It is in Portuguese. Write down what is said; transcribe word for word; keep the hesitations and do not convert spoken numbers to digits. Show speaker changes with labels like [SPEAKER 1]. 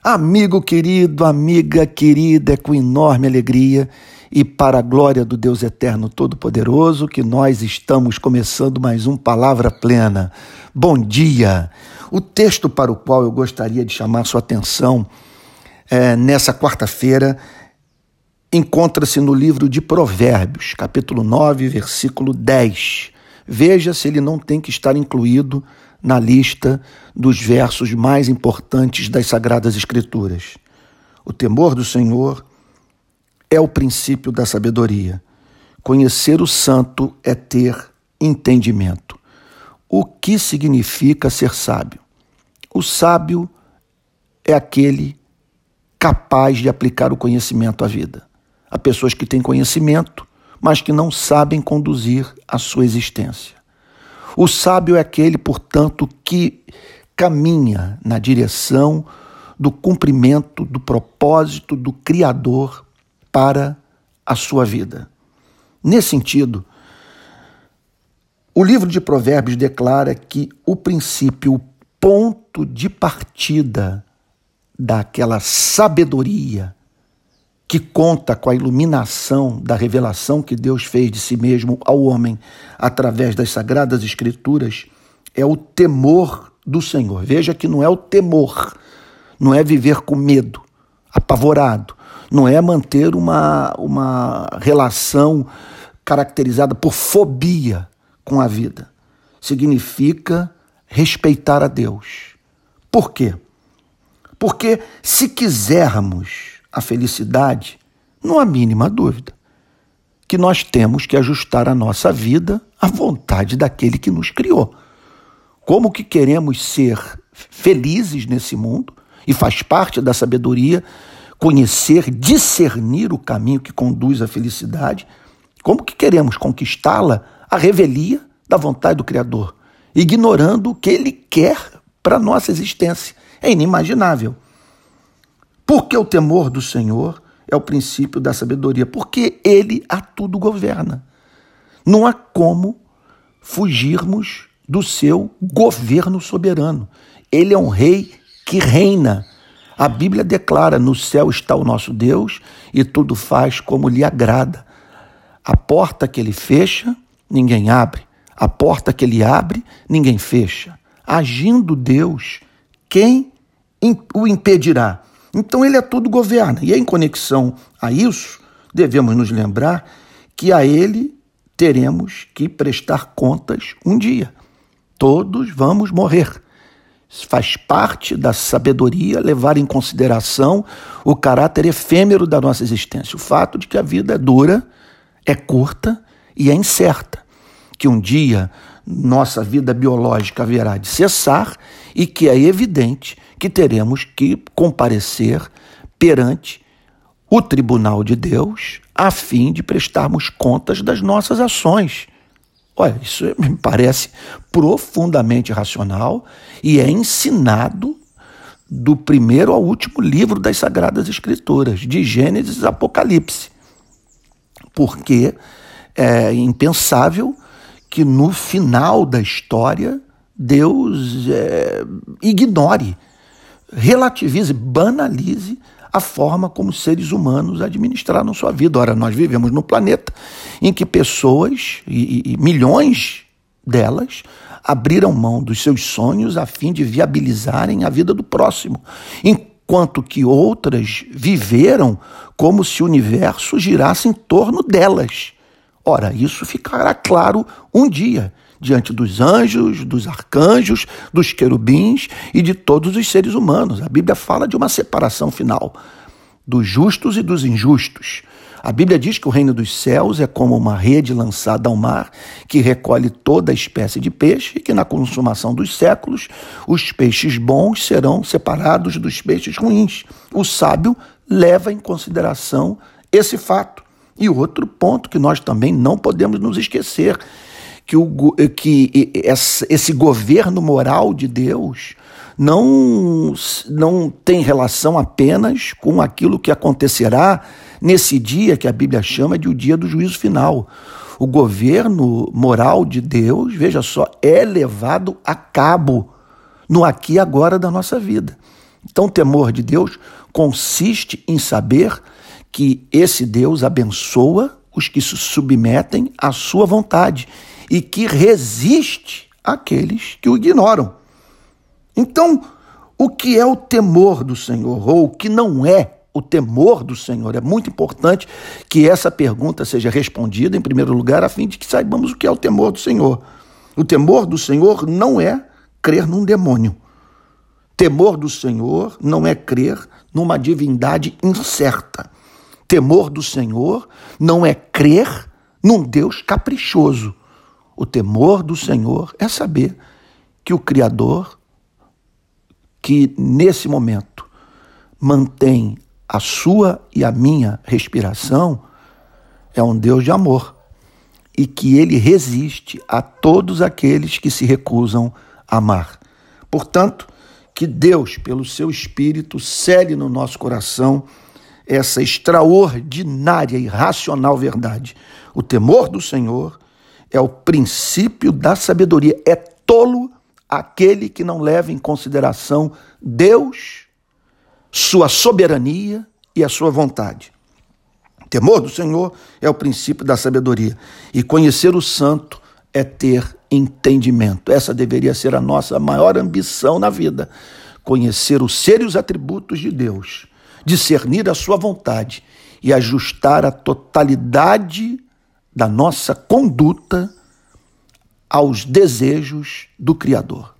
[SPEAKER 1] Amigo querido, amiga querida, é com enorme alegria e para a glória do Deus Eterno Todo-Poderoso que nós estamos começando mais um Palavra Plena. Bom dia! O texto para o qual eu gostaria de chamar sua atenção é, nessa quarta-feira encontra-se no livro de Provérbios, capítulo nove, versículo dez. Veja se ele não tem que estar incluído na lista dos versos mais importantes das Sagradas Escrituras. O temor do Senhor é o princípio da sabedoria. Conhecer o santo é ter entendimento. O que significa ser sábio? O sábio é aquele capaz de aplicar o conhecimento à vida. Há pessoas que têm conhecimento, mas que não sabem conduzir a sua existência. O sábio é aquele, portanto, que caminha na direção do cumprimento do propósito do Criador para a sua vida. Nesse sentido, o livro de Provérbios declara que o princípio, o ponto de partida daquela sabedoria que conta com a iluminação da revelação que Deus fez de si mesmo ao homem através das Sagradas Escrituras, é o temor do Senhor. Veja que não é o temor, não é viver com medo, apavorado, não é manter uma, uma relação caracterizada por fobia com a vida. Significa respeitar a Deus. Por quê? Porque se quisermos a felicidade, não há mínima dúvida que nós temos que ajustar a nossa vida à vontade daquele que nos criou. Como que queremos ser felizes nesse mundo, e faz parte da sabedoria conhecer, discernir o caminho que conduz à felicidade, como que queremos conquistá-la à revelia da vontade do Criador, ignorando o que Ele quer para a nossa existência. É inimaginável. Porque o temor do Senhor é o princípio da sabedoria, porque Ele a tudo governa. Não há como fugirmos do seu governo soberano. Ele é um rei que reina. A Bíblia declara: no céu está o nosso Deus e tudo faz como lhe agrada. A porta que Ele fecha, ninguém abre. A porta que Ele abre, ninguém fecha. Agindo Deus, quem o impedirá? Então ele a tudo governa. E em conexão a isso, devemos nos lembrar que a ele teremos que prestar contas um dia. Todos vamos morrer. Faz parte da sabedoria levar em consideração o caráter efêmero da nossa existência. O fato de que a vida é dura, é curta e é incerta. Que um dia nossa vida biológica haverá de cessar e que é evidente que teremos que comparecer perante o tribunal de Deus a fim de prestarmos contas das nossas ações. Olha, isso me parece profundamente racional e é ensinado do primeiro ao último livro das Sagradas Escrituras, de Gênesis a Apocalipse. Porque é impensável que no final da história Deus é, ignore, relativize, banalize a forma como os seres humanos administraram sua vida. Ora, nós vivemos num planeta em que pessoas, e, e milhões delas, abriram mão dos seus sonhos a fim de viabilizarem a vida do próximo, enquanto que outras viveram como se o universo girasse em torno delas. Ora, isso ficará claro um dia, diante dos anjos, dos arcanjos, dos querubins e de todos os seres humanos. A Bíblia fala de uma separação final dos justos e dos injustos. A Bíblia diz que o reino dos céus é como uma rede lançada ao mar que recolhe toda a espécie de peixe e que na consumação dos séculos os peixes bons serão separados dos peixes ruins. O sábio leva em consideração esse fato. E outro ponto que nós também não podemos nos esquecer, que, o, que esse governo moral de Deus não, não tem relação apenas com aquilo que acontecerá nesse dia que a Bíblia chama de o dia do juízo final. O governo moral de Deus, veja só, é levado a cabo no aqui e agora da nossa vida. Então, o temor de Deus consiste em saber que esse Deus abençoa os que se submetem à sua vontade e que resiste àqueles que o ignoram. Então, o que é o temor do Senhor, ou o que não é o temor do Senhor? É muito importante que essa pergunta seja respondida, em primeiro lugar, a fim de que saibamos o que é o temor do Senhor. O temor do Senhor não é crer num demônio. Temor do Senhor não é crer numa divindade incerta. Temor do Senhor não é crer num Deus caprichoso. O temor do Senhor é saber que o Criador, que nesse momento mantém a sua e a minha respiração, é um Deus de amor e que ele resiste a todos aqueles que se recusam a amar. Portanto, que Deus, pelo seu Espírito, cele no nosso coração essa extraordinária e racional verdade. O temor do Senhor é o princípio da sabedoria. É tolo aquele que não leva em consideração Deus, sua soberania e a sua vontade. O temor do Senhor é o princípio da sabedoria. E conhecer o santo é ter entendimento. Essa deveria ser a nossa maior ambição na vida. Conhecer o ser e os atributos de Deus, discernir a sua vontade e ajustar a totalidade da nossa conduta aos desejos do Criador.